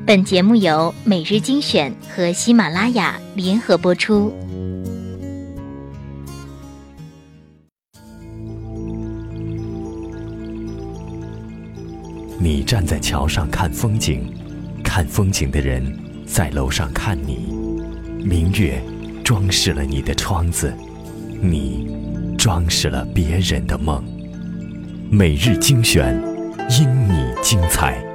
本节目由每日精选和喜马拉雅联合播出。 你站在桥上看风景，看风景的人在楼上看你。明月装饰了你的窗子，你装饰了别人的梦。每日精选，因你精彩。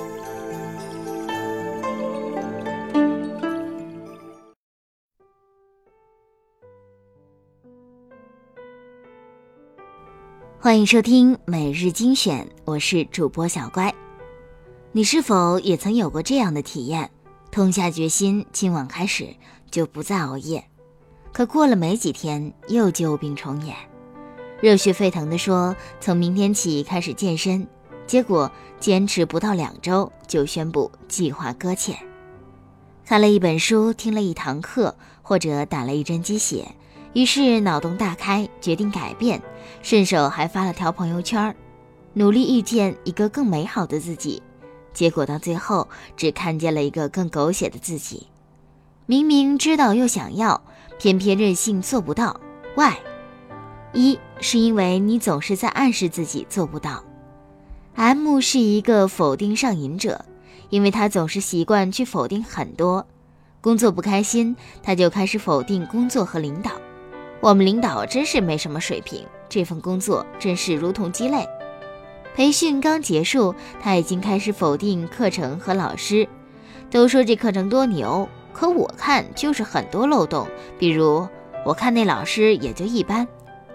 欢迎收听每日精选，我是主播小乖。你是否也曾有过这样的体验？痛下决心，今晚开始就不再熬夜，可过了没几天又旧病重演，热血沸腾地说从明天起开始健身，结果坚持不到2周就宣布计划搁浅。看了一本书，听了一堂课，或者打了一针鸡血，于是脑洞大开，决定改变，顺手还发了条朋友圈，努力遇见一个更美好的自己。结果到最后只看见了一个更狗血的自己。明明知道又想要，偏偏任性做不到。 Why？ 一是因为你总是在暗示自己做不到。 M 是一个否定上瘾者，因为他总是习惯去否定很多。工作不开心，他就开始否定工作和领导。我们领导真是没什么水平，这份工作真是如同鸡肋。培训刚结束，他已经开始否定课程和老师，都说这课程多牛，可我看就是很多漏洞，比如我看那老师也就一般。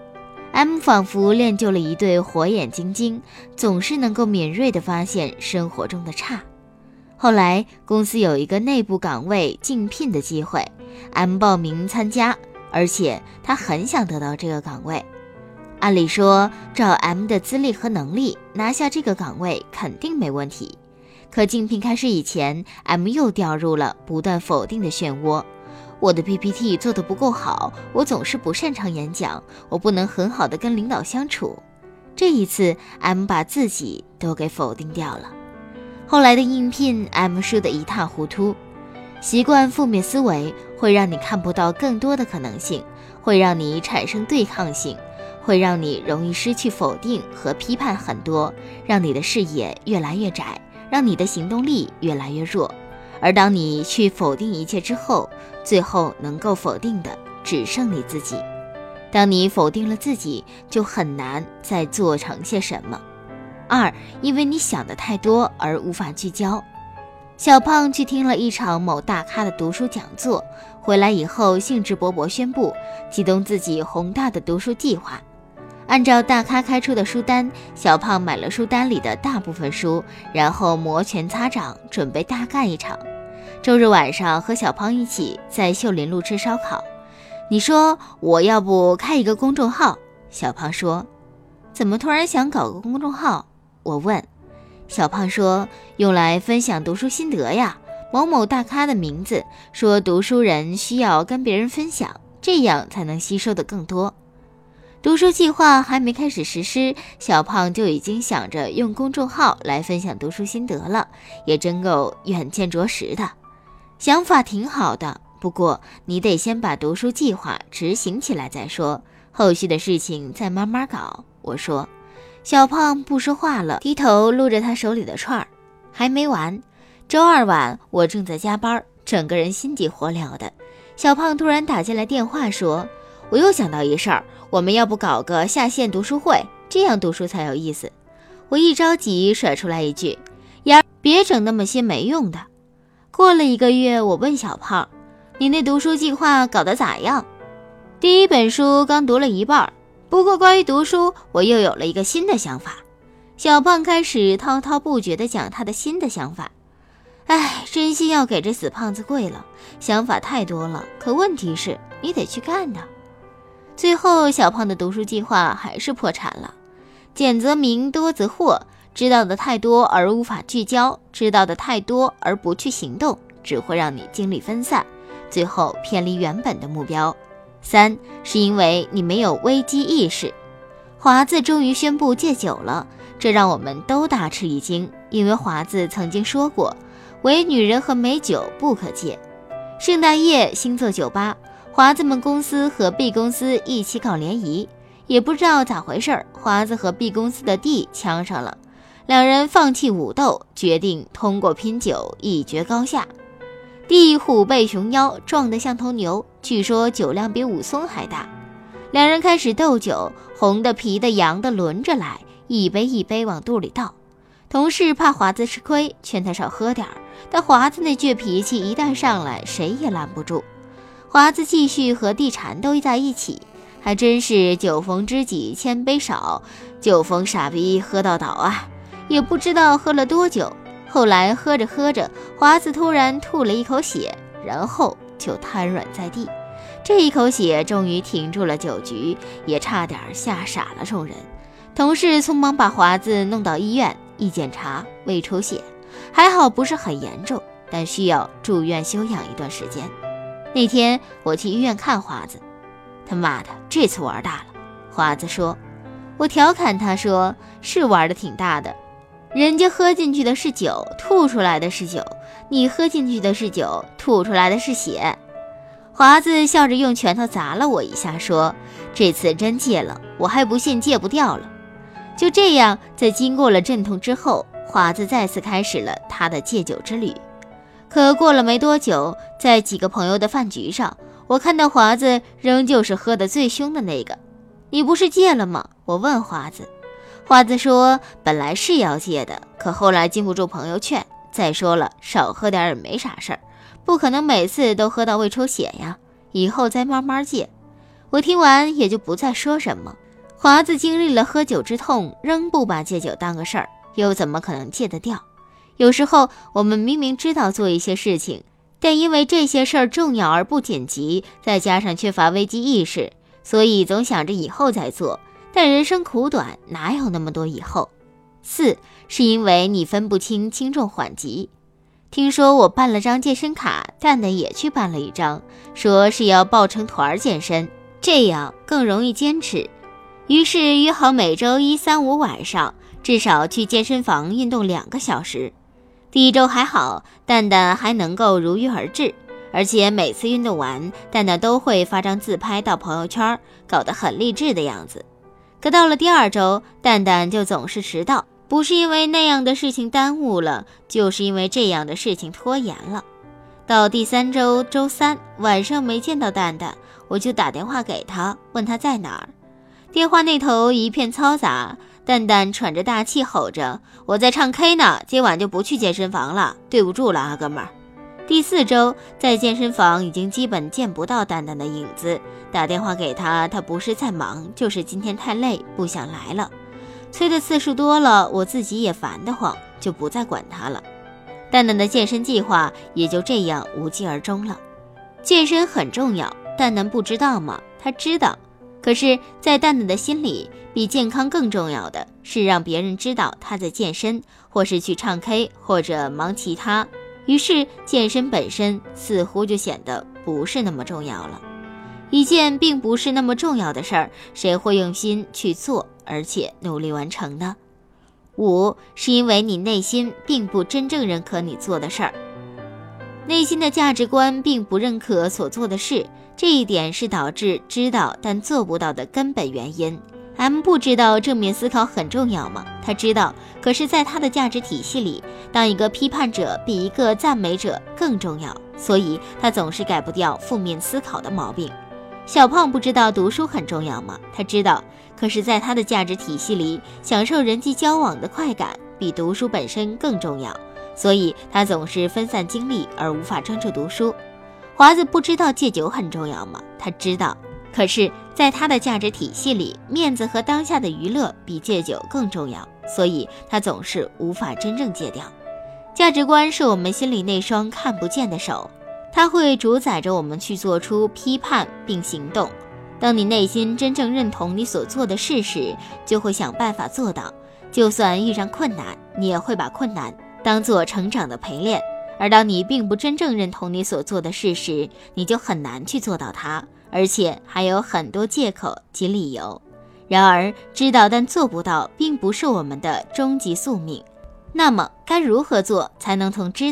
M 仿佛练就了一对火眼金睛，总是能够敏锐地发现生活中的差。后来公司有一个内部岗位竞聘的机会， M 报名参加，而且他很想得到这个岗位。按理说照 M 的资历和能力，拿下这个岗位肯定没问题。可竞聘开始以前， M 又掉入了不断否定的漩涡。我的 PPT 做得不够好，我总是不擅长演讲，我不能很好的跟领导相处。这一次 M 把自己都给否定掉了。后来的应聘 M 输得一塌糊涂。习惯负面思维会让你看不到更多的可能性，会让你产生对抗性，会让你容易失去否定和批判很多，让你的视野越来越窄，让你的行动力越来越弱。而当你去否定一切之后，最后能够否定的只剩你自己。当你否定了自己，就很难再做成些什么。二，因为你想的太多而无法聚焦。小胖去听了一场某大咖的读书讲座，回来以后兴致勃勃宣布启动自己宏大的读书计划。按照大咖开出的书单，小胖买了书单里的大部分书，然后摩拳擦掌，准备大干一场。周日晚上和小胖一起在秀林路吃烧烤。你说我要不开一个公众号？小胖说。怎么突然想搞个公众号？我问。小胖说，用来分享读书心得呀，某某大咖的名字，说读书人需要跟别人分享，这样才能吸收的更多。读书计划还没开始实施，小胖就已经想着用公众号来分享读书心得了，也真够远见卓识的。想法挺好的，不过你得先把读书计划执行起来再说，后续的事情再慢慢搞。我说。小胖不说话了，低头撸着他手里的串儿。还没完，周二晚我正在加班，整个人心急火燎的。小胖突然打进来电话说，我又想到一事儿，我们要不搞个下线读书会，这样读书才有意思。我一着急甩出来一句，呀，别整那么些没用的。过了1个月，我问小胖，你那读书计划搞得咋样？第1本书刚读了一半，不过关于读书，我又有了一个新的想法。小胖开始滔滔不绝地讲他的新的想法。真心要给这死胖子跪了，想法太多了，可问题是你得去干的。最后小胖的读书计划还是破产了。简则明，多则惑，知道的太多而无法聚焦，知道的太多而不去行动，只会让你精力分散，最后偏离原本的目标。3是因为你没有危机意识。华子终于宣布戒酒了，这让我们都大吃一惊，因为华子曾经说过， 唯女人和美酒不可借。圣诞夜星座酒吧，华子们公司和 B 公司一起搞联谊，也不知道咋回事，华子和 B 公司的 D 呛上了，两人放弃武斗，决定通过拼酒一决高下。D 虎背熊腰，壮得像头牛，据说酒量比武松还大。两人开始斗酒，红的、啤的、洋的轮着来，一杯一杯往肚里倒。同事怕华子吃亏，劝他少喝点儿，但华子那倔脾气一旦上来，谁也拦不住。华子继续和D缠斗在一起，还真是酒逢知己千杯少，酒逢傻逼喝到倒啊！也不知道喝了多久，后来喝着喝着，华子突然吐了一口血，然后就瘫软在地。这一口血终于停住了酒局，也差点吓傻了众人。同事匆忙把华子弄到医院，一检查胃出血，还好不是很严重，但需要住院休养一段时间。那天我去医院看华子，他妈的这次玩大了。华子说，我调侃他说，是玩的挺大的，人家喝进去的是酒，吐出来的是酒，你喝进去的是酒，吐出来的是血。华子笑着用拳头砸了我一下，说，这次真戒了，我还不信戒不掉了。就这样，在经过了阵痛之后，华子再次开始了他的戒酒之旅。可过了没多久，在几个朋友的饭局上，我看到华子仍旧是喝得最凶的那个。你不是戒了吗？我问华子。华子说，本来是要戒的，可后来禁不住朋友劝，再说了，少喝点也没啥事儿，不可能每次都喝到胃出血呀，以后再慢慢戒。我听完也就不再说什么。华子经历了喝酒之痛，仍不把戒酒当个事儿，又怎么可能戒得掉？有时候我们明明知道做一些事情，但因为这些事儿重要而不紧急，再加上缺乏危机意识，所以总想着以后再做。但人生苦短，哪有那么多以后？4是因为你分不清轻重缓急。听说我办了张健身卡，蛋蛋也去办了一张，说是要抱成团健身，这样更容易坚持。于是约好每周1、3、5晚上至少去健身房运动2个小时。第一周还好，蛋蛋还能够如约而至，而且每次运动完，蛋蛋都会发张自拍到朋友圈，搞得很励志的样子。可到了第2周，蛋蛋就总是迟到，不是因为那样的事情耽误了，就是因为这样的事情拖延了。到第3周周3晚上没见到蛋蛋，我就打电话给他，问他在哪儿。电话那头一片嘈杂，蛋蛋喘着大气吼着，我在唱 K 呢，今晚就不去健身房了，对不住了啊哥们儿。第4周在健身房已经基本见不到蛋蛋的影子，打电话给他，他不是在忙，就是今天太累不想来了。催的次数多了，我自己也烦得慌，就不再管他了。蛋蛋的健身计划也就这样无疾而终了。健身很重要，蛋蛋不知道吗？他知道。可是在蛋蛋的心里，比健康更重要的是让别人知道他在健身，或是去唱 K， 或者忙其他。于是健身本身似乎就显得不是那么重要了。一件并不是那么重要的事儿，谁会用心去做，而且努力完成呢？5是因为你内心并不真正认可你做的事儿，内心的价值观并不认可所做的事，这一点是导致知道但做不到的根本原因。M 不知道正面思考很重要吗？他知道，可是在他的价值体系里，当一个批判者比一个赞美者更重要，所以他总是改不掉负面思考的毛病。小胖不知道读书很重要吗？他知道，可是在他的价值体系里，享受人际交往的快感比读书本身更重要，所以他总是分散精力而无法专注读书。华子不知道戒酒很重要吗？他知道，可是在他的价值体系里，面子和当下的娱乐比戒酒更重要，所以他总是无法真正戒掉。价值观是我们心里那双看不见的手，它会主宰着我们去做出批判并行动。当你内心真正认同你所做的事时，就会想办法做到，就算遇上困难，你也会把困难当作成长的陪练。而当你并不真正认同你所做的事时，你就很难去做到它，而且还有很多借口及理由。然而知道但做不到并不是我们的终极宿命，那么该如何做才能从知道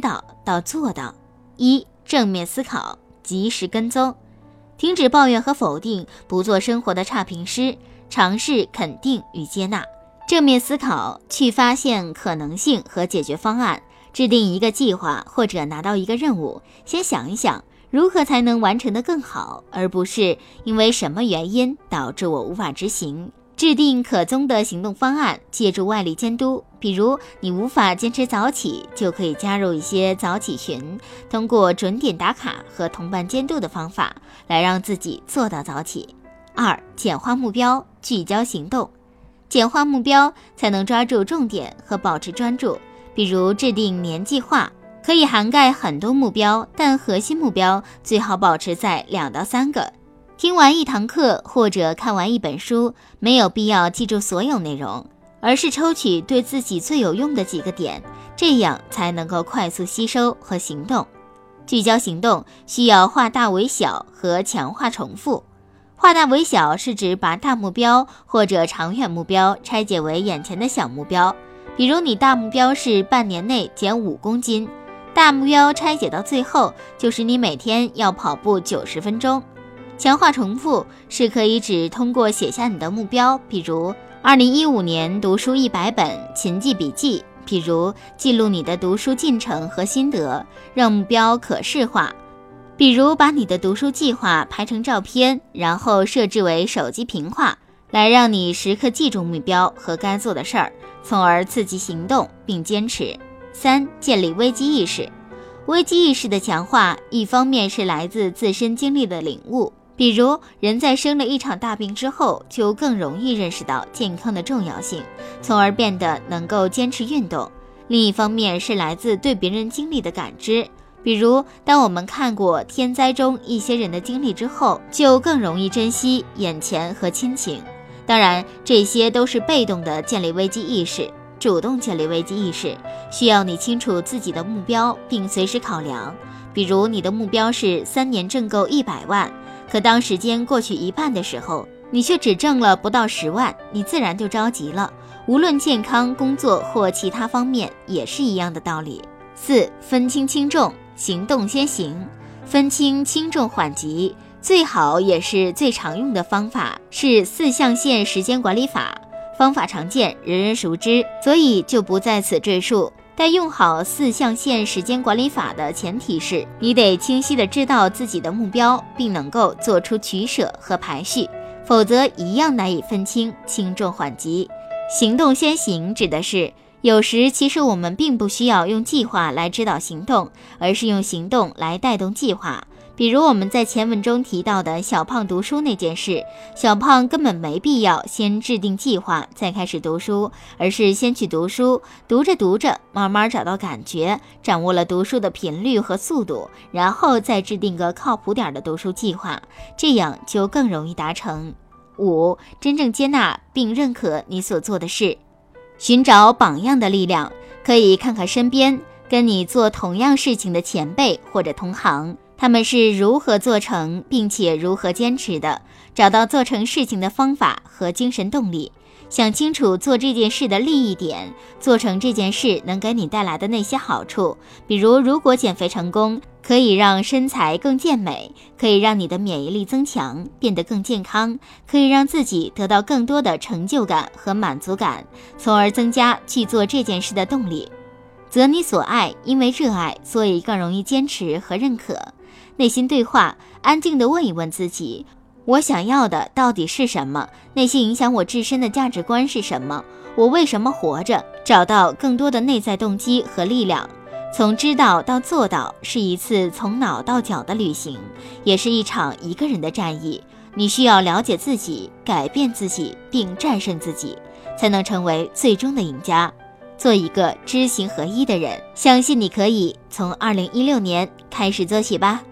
到做到。一、正面思考，及时跟踪，停止抱怨和否定，不做生活的差评师，尝试肯定与接纳。正面思考，去发现可能性和解决方案，制定一个计划或者拿到一个任务，先想一想如何才能完成得更好，而不是因为什么原因导致我无法执行。制定可踪的行动方案，借助外力监督，比如你无法坚持早起，就可以加入一些早起群，通过准点打卡和同伴监督的方法来让自己做到早起。二、简化目标，聚焦行动，简化目标才能抓住重点和保持专注。比如制定年计划，可以涵盖很多目标，但核心目标最好保持在2到3个。听完一堂课或者看完一本书，没有必要记住所有内容，而是抽取对自己最有用的几个点，这样才能够快速吸收和行动。聚焦行动需要化大为小和强化重复。化大为小是指把大目标或者长远目标拆解为眼前的小目标，比如你大目标是半年内减5公斤，大目标拆解到最后就是你每天要跑步90分钟。强化重复是可以指通过写下你的目标，比如2015年读书100本，勤记笔记，比如记录你的读书进程和心得，让目标可视化，比如把你的读书计划拍成照片，然后设置为手机屏画，来让你时刻记住目标和该做的事儿，从而刺激行动并坚持。三、建立危机意识。危机意识的强化，一方面是来自自身经历的领悟，比如人在生了一场大病之后，就更容易认识到健康的重要性，从而变得能够坚持运动。另一方面是来自对别人经历的感知，比如当我们看过天灾中一些人的经历之后，就更容易珍惜眼前和亲情。当然，这些都是被动的建立危机意识。主动建立危机意识，需要你清楚自己的目标并随时考量。比如你的目标是3年挣够100万，可当时间过去一半的时候，你却只挣了不到10万，你自然就着急了。无论健康、工作或其他方面也是一样的道理。4、分轻轻重，行动先行。分清轻重缓急，最好也是最常用的方法是4象限时间管理法。方法常见，人人熟知，所以就不在此赘述。但用好4象限时间管理法的前提是，你得清晰地知道自己的目标，并能够做出取舍和排序，否则一样难以分清轻重缓急。行动先行指的是，有时其实我们并不需要用计划来指导行动，而是用行动来带动计划。比如我们在前文中提到的小胖读书那件事，小胖根本没必要先制定计划再开始读书，而是先去读书，读着读着慢慢找到感觉，掌握了读书的频率和速度，然后再制定个靠谱点的读书计划，这样就更容易达成。5、真正接纳并认可你所做的事。寻找榜样的力量，可以看看身边跟你做同样事情的前辈或者同行，他们是如何做成并且如何坚持的，找到做成事情的方法和精神动力，想清楚做这件事的利益点，做成这件事能给你带来的那些好处。比如如果减肥成功，可以让身材更健美，可以让你的免疫力增强，变得更健康，可以让自己得到更多的成就感和满足感，从而增加去做这件事的动力。择你所爱，因为热爱，所以更容易坚持和认可。内心对话，安静地问一问自己，我想要的到底是什么？那些影响我自身的价值观是什么？我为什么活着？找到更多的内在动机和力量。从知道到做到，是一次从脑到脚的旅行，也是一场一个人的战役。你需要了解自己，改变自己，并战胜自己，才能成为最终的赢家。做一个知行合一的人，相信你可以从2016年开始做起吧。